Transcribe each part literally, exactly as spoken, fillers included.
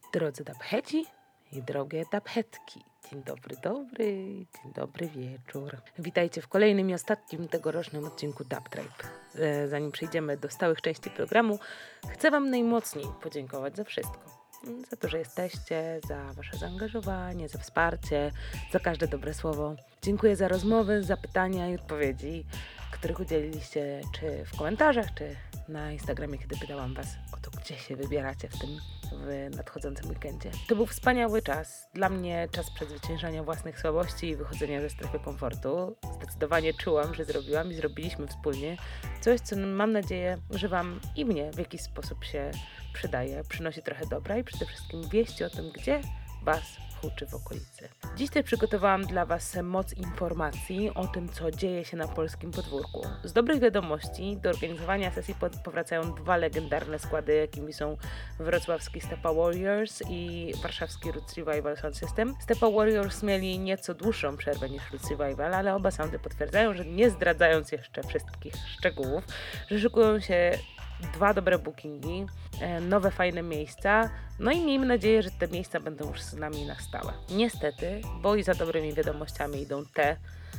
Drodzy dabheci i drogie dabhetki. Dzień dobry, dobry, dzień dobry wieczór. Witajcie w kolejnym i ostatnim tegorocznym odcinku Dub Tribe. E, zanim przejdziemy do stałych części programu, chcę Wam najmocniej podziękować za wszystko. Za to, że jesteście, za Wasze zaangażowanie, za wsparcie, za każde dobre słowo. Dziękuję za rozmowy, za pytania i odpowiedzi, których udzieliliście czy w komentarzach, czy na Instagramie, kiedy pytałam Was o to, gdzie się wybieracie w tym w nadchodzącym weekendzie. To był wspaniały czas. Dla mnie czas przezwyciężania własnych słabości i wychodzenia ze strefy komfortu. Zdecydowanie czułam, że zrobiłam i zrobiliśmy wspólnie coś, co mam nadzieję, że Wam i mnie w jakiś sposób się przydaje, przynosi trochę dobra i przede wszystkim wieści o tym, gdzie Was huczy w okolicy. Dziś też przygotowałam dla Was moc informacji o tym, co dzieje się na polskim podwórku. Z dobrych wiadomości do organizowania sesji powracają dwa legendarne składy, jakimi są wrocławski Stepa Warriors i warszawski Roots Revival Sound System. Stepa Warriors mieli nieco dłuższą przerwę niż Roots Revival, ale oba soundy potwierdzają, że nie zdradzając jeszcze wszystkich szczegółów, że szykują się dwa dobre bookingi, nowe fajne miejsca, no i miejmy nadzieję, że te miejsca będą już z nami na stałe. Niestety, bo i za dobrymi wiadomościami idą te,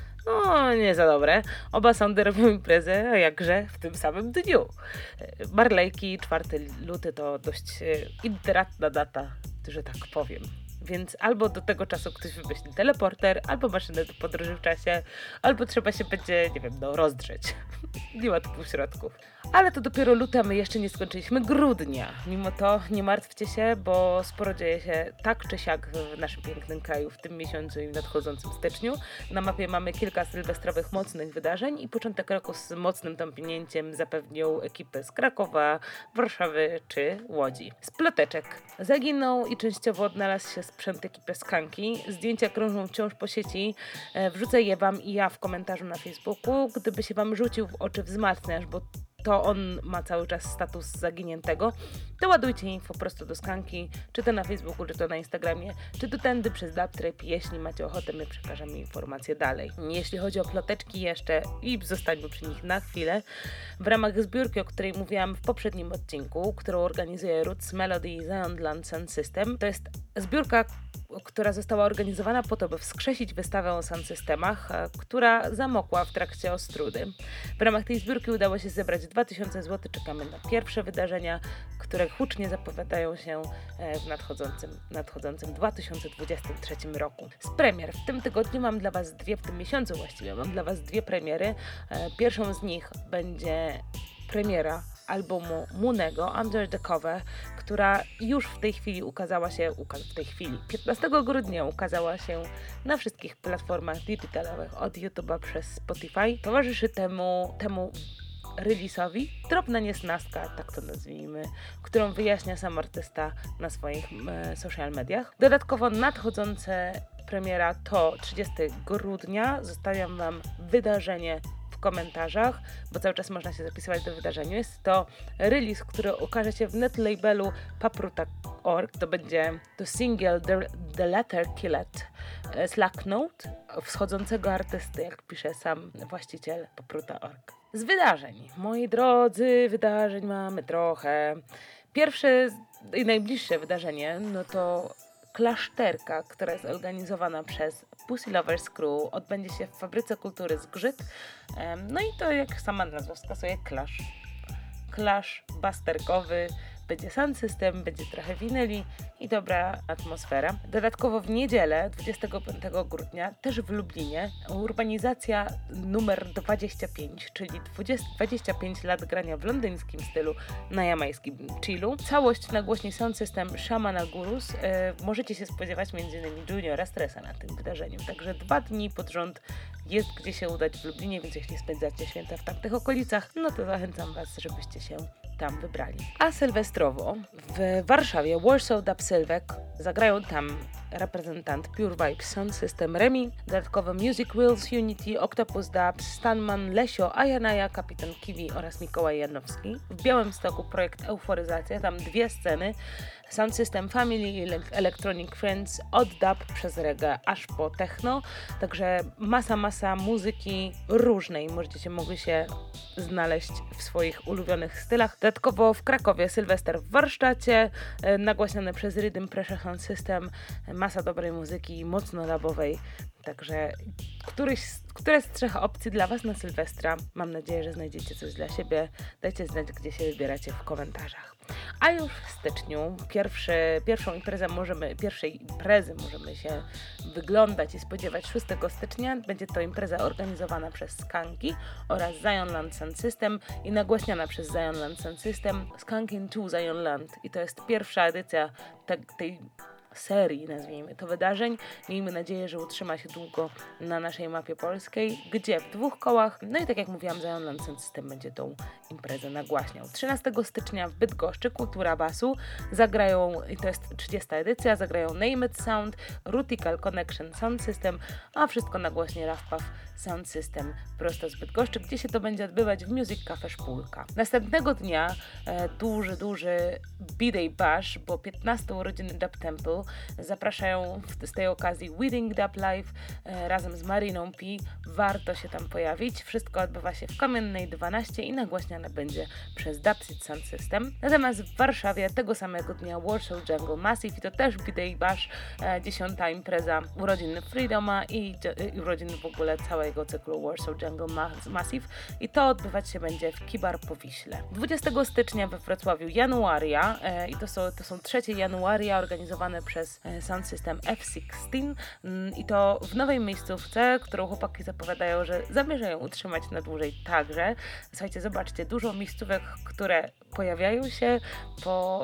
no nie za dobre, oba sądy robią imprezę, a jakże w tym samym dniu. Marlejki, czwarty luty to dość interatna data, że tak powiem. Więc albo do tego czasu ktoś wymyśli teleporter, albo maszynę do podróży w czasie, albo trzeba się będzie, nie wiem, no rozdrzeć. Nie ma tu półśrodków. Ale to dopiero luty, a my jeszcze nie skończyliśmy grudnia. Mimo to nie martwcie się, bo sporo dzieje się tak czy siak w naszym pięknym kraju w tym miesiącu i w nadchodzącym styczniu. Na mapie mamy kilka sylwestrowych mocnych wydarzeń i początek roku z mocnym tąpnięciem zapewnią ekipy z Krakowa, Warszawy czy Łodzi. Z ploteczek. Zaginął i częściowo odnalazł się sprzęt ekipy Skanki. Zdjęcia krążą wciąż po sieci. Wrzucę je Wam i ja w komentarzu na Facebooku. Gdyby się Wam rzucił w oczy wzmacniacz, bo to on ma cały czas status zaginiętego, to ładujcie info prosto do Skanki, czy to na Facebooku, czy to na Instagramie, czy to tędy przez Dub Tribe. Jeśli macie ochotę, my przekażemy informacje dalej. Jeśli chodzi o ploteczki jeszcze, i zostańmy przy nich na chwilę, w ramach zbiórki, o której mówiłam w poprzednim odcinku, którą organizuje Roots Melody Zeonland Sound System, to jest zbiórka, która została organizowana po to, by wskrzesić wystawę o sound systemach, która zamokła w trakcie Ostrudy. W ramach tej zbiórki udało się zebrać dwa tysiące złotych. Czekamy na pierwsze wydarzenia, które hucznie zapowiadają się w nadchodzącym, nadchodzącym dwa tysiące dwudziestym trzecim roku. Z premier w tym tygodniu mam dla Was dwie, w tym miesiącu właściwie mam dla Was dwie premiery. Pierwszą z nich będzie premiera albumu Munego, Under the Cover, która już w tej chwili ukazała się, uka- w tej chwili, piętnastego grudnia ukazała się na wszystkich platformach digitalowych, od YouTube'a przez Spotify. Towarzyszy temu, temu release'owi drobna niesnastka, tak to nazwijmy, którą wyjaśnia sam artysta na swoich e, social mediach. Dodatkowo nadchodzące premiera to trzydziestego grudnia. Zostawiam Wam wydarzenie w komentarzach, bo cały czas można się zapisywać do wydarzenia. Jest to release, który ukaże się w netlabelu papruta kropka org. To będzie to single The, The Letter Killed Slack Note wschodzącego artysty, jak pisze sam właściciel papruta kropka org. Z wydarzeń, moi drodzy, wydarzeń mamy trochę. Pierwsze i najbliższe wydarzenie, no to klaszterka, która jest organizowana przez Pussy Lovers Crew, odbędzie się w Fabryce Kultury Zgrzyt. No i to, jak sama nazwa wskazuje, klasz. Klasz basterkowy. Będzie sound system, będzie trochę winyli i dobra atmosfera. Dodatkowo w niedzielę, dwudziestego piątego grudnia, też w Lublinie, urbanizacja numer dwadzieścia pięć, czyli dwadzieścia pięć lat grania w londyńskim stylu na jamańskim chillu. Całość nagłośni sound system Shamana Gurus. E, możecie się spodziewać m.in. Juniora Stressa na tym wydarzeniu. Także dwa dni pod rząd jest gdzie się udać w Lublinie, więc jeśli spędzacie święta w tamtych okolicach, no to zachęcam Was, żebyście się tam wybrali. A sylwestrowo w Warszawie Warsaw Dub Sylwek zagrają tam reprezentant Pure Vibes Sound System Remi, dodatkowo Music Wheels, Unity, Octopus Dubs, Stanman, Lesio, Ajanaja, Kapitan Kiwi oraz Mikołaj Janowski. W Białymstoku projekt Euforyzacja, tam dwie sceny. Sound System Family, Electronic Friends, od dub przez reggae aż po techno, także masa, masa muzyki różnej możecie mogli się znaleźć w swoich ulubionych stylach. Dodatkowo w Krakowie Sylwester w warsztacie, e, nagłaśniony przez Rhythm Pressure Sound System, masa dobrej muzyki, mocno dubowej, także któryś, które z trzech opcji dla Was na Sylwestra. Mam nadzieję, że znajdziecie coś dla siebie. Dajcie znać, gdzie się wybieracie w komentarzach. A już w styczniu pierwszy, pierwszą imprezę możemy, pierwszej imprezy możemy się wyglądać i spodziewać szóstego stycznia. Będzie to impreza organizowana przez Skanki oraz Zionland Sound System i nagłaśniana przez Zionland Sound System. Skanking to Zionland i to jest pierwsza edycja te, tej serii, nazwijmy to, wydarzeń. Miejmy nadzieję, że utrzyma się długo na naszej mapie polskiej, gdzie w dwóch kołach, no i tak jak mówiłam, Zionland Sound System będzie tą imprezę nagłaśniał. trzynastego stycznia w Bydgoszczy Kultura Basu zagrają, i to jest trzydziesta edycja, zagrają Name It Sound, Rutical Connection Sound System, a wszystko nagłaśnie Rafpaw Sound System prosto z Bydgoszczy, gdzie się to będzie odbywać w Music Cafe Szpulka. Następnego dnia e, duży, duży B-Day Bash, bo piętnaste urodziny Dub Temple zapraszają w, z tej okazji Wedding Dub Live e, razem z Mariną P. Warto się tam pojawić. Wszystko odbywa się w Kamiennej dwanaście i nagłaśniane będzie przez Dubsit Sound System. Natomiast w Warszawie tego samego dnia Warsaw Jungle Massive i to też B-Day Bash, e, dziesiąta impreza urodzin Freedoma i, i urodziny w ogóle całego cyklu Warsaw Jungle Massive i to odbywać się będzie w Kibar po Wiśle. dwudziestego stycznia we Wrocławiu Januaria e, i to są, to są trzecie Januaria organizowane przez e, Sound System F szesnaście mm, i to w nowej miejscówce, którą chłopaki zapowiadają, że zamierzają utrzymać na dłużej także. Słuchajcie, zobaczcie, dużo miejscówek, które pojawiają się po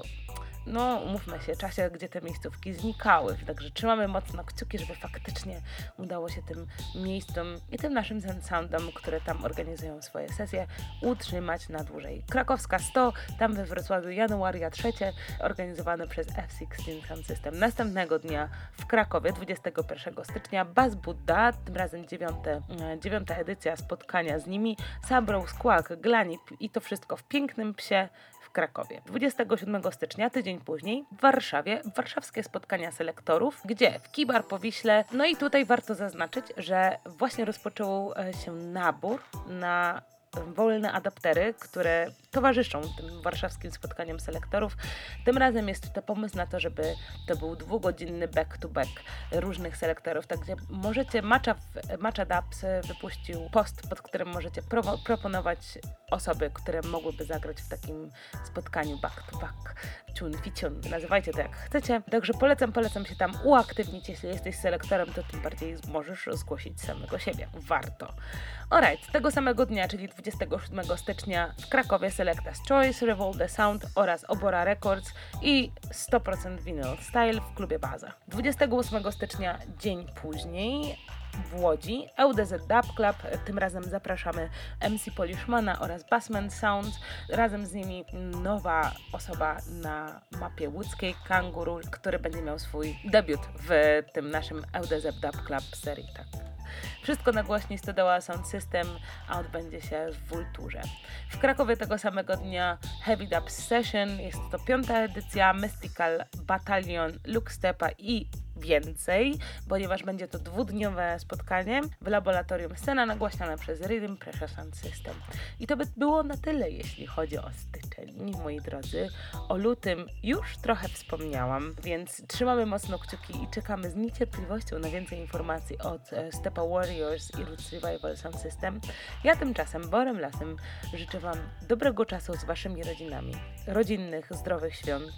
no umówmy się, czasie, gdzie te miejscówki znikały. Także trzymamy mocno kciuki, żeby faktycznie udało się tym miejscom i tym naszym soundom, które tam organizują swoje sesje, utrzymać na dłużej. Krakowska sto, tam we Wrocławiu Januaria trzecie, organizowane przez F szesnaście Sound System. Następnego dnia w Krakowie, dwudziestego pierwszego stycznia, Bas Buddha, tym razem dziewiąte, dziewiąta edycja spotkania z nimi, Sabrow, Squawk, Glanip i to wszystko w Pięknym Psie w Krakowie. dwudziestego siódmego stycznia, tydzień później, w Warszawie, warszawskie spotkania selektorów, gdzie w Kibar po Wiśle. No i tutaj warto zaznaczyć, że właśnie rozpoczął się nabór na wolne adaptery, które towarzyszą tym warszawskim spotkaniom selektorów. Tym razem jest to pomysł na to, żeby to był dwugodzinny back-to-back różnych selektorów, także możecie, Matcha, Matcha Dubs wypuścił post, pod którym możecie pro, proponować osoby, które mogłyby zagrać w takim spotkaniu back-to-back, ciun ficiun, nazywajcie to jak chcecie. Także polecam, polecam się tam uaktywnić, jeśli jesteś selektorem, to tym bardziej możesz zgłosić samego siebie. Warto. Alright, tego samego dnia, czyli dwudziestego siódmego stycznia w Krakowie Selecta's Choice, Revolve the Sound oraz Obora Records i sto procent Vinyl Style w klubie Baza. dwudziestego ósmego stycznia, dzień później, w Łodzi E U D Z Dub Club, tym razem zapraszamy M C Polishmana oraz Bassman Sounds, razem z nimi nowa osoba na mapie łódzkiej, Kanguru, który będzie miał swój debiut w tym naszym E U D Z Dub Club serii, tak. Wszystko nagłośni Stodoła Sound System, a odbędzie się w Vulturze. W Krakowie tego samego dnia Heavy Dub Session, jest to piąta edycja, Mystical Battalion, Luke Stepa i więcej, ponieważ będzie to dwudniowe spotkanie w laboratorium, scena nagłaśniana przez Rhythm Pressure Sound System. I to by było na tyle, jeśli chodzi o styczeń, moi drodzy. O lutym już trochę wspomniałam, więc trzymamy mocno kciuki i czekamy z niecierpliwością na więcej informacji od e, Stepa Warriors i Roots Revival Sound System. Ja tymczasem, Borem Lasem, życzę Wam dobrego czasu z Waszymi rodzinami, rodzinnych, zdrowych świąt.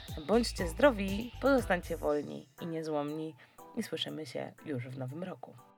Bądźcie zdrowi, pozostańcie wolni i niezłomni i słyszymy się już w nowym roku.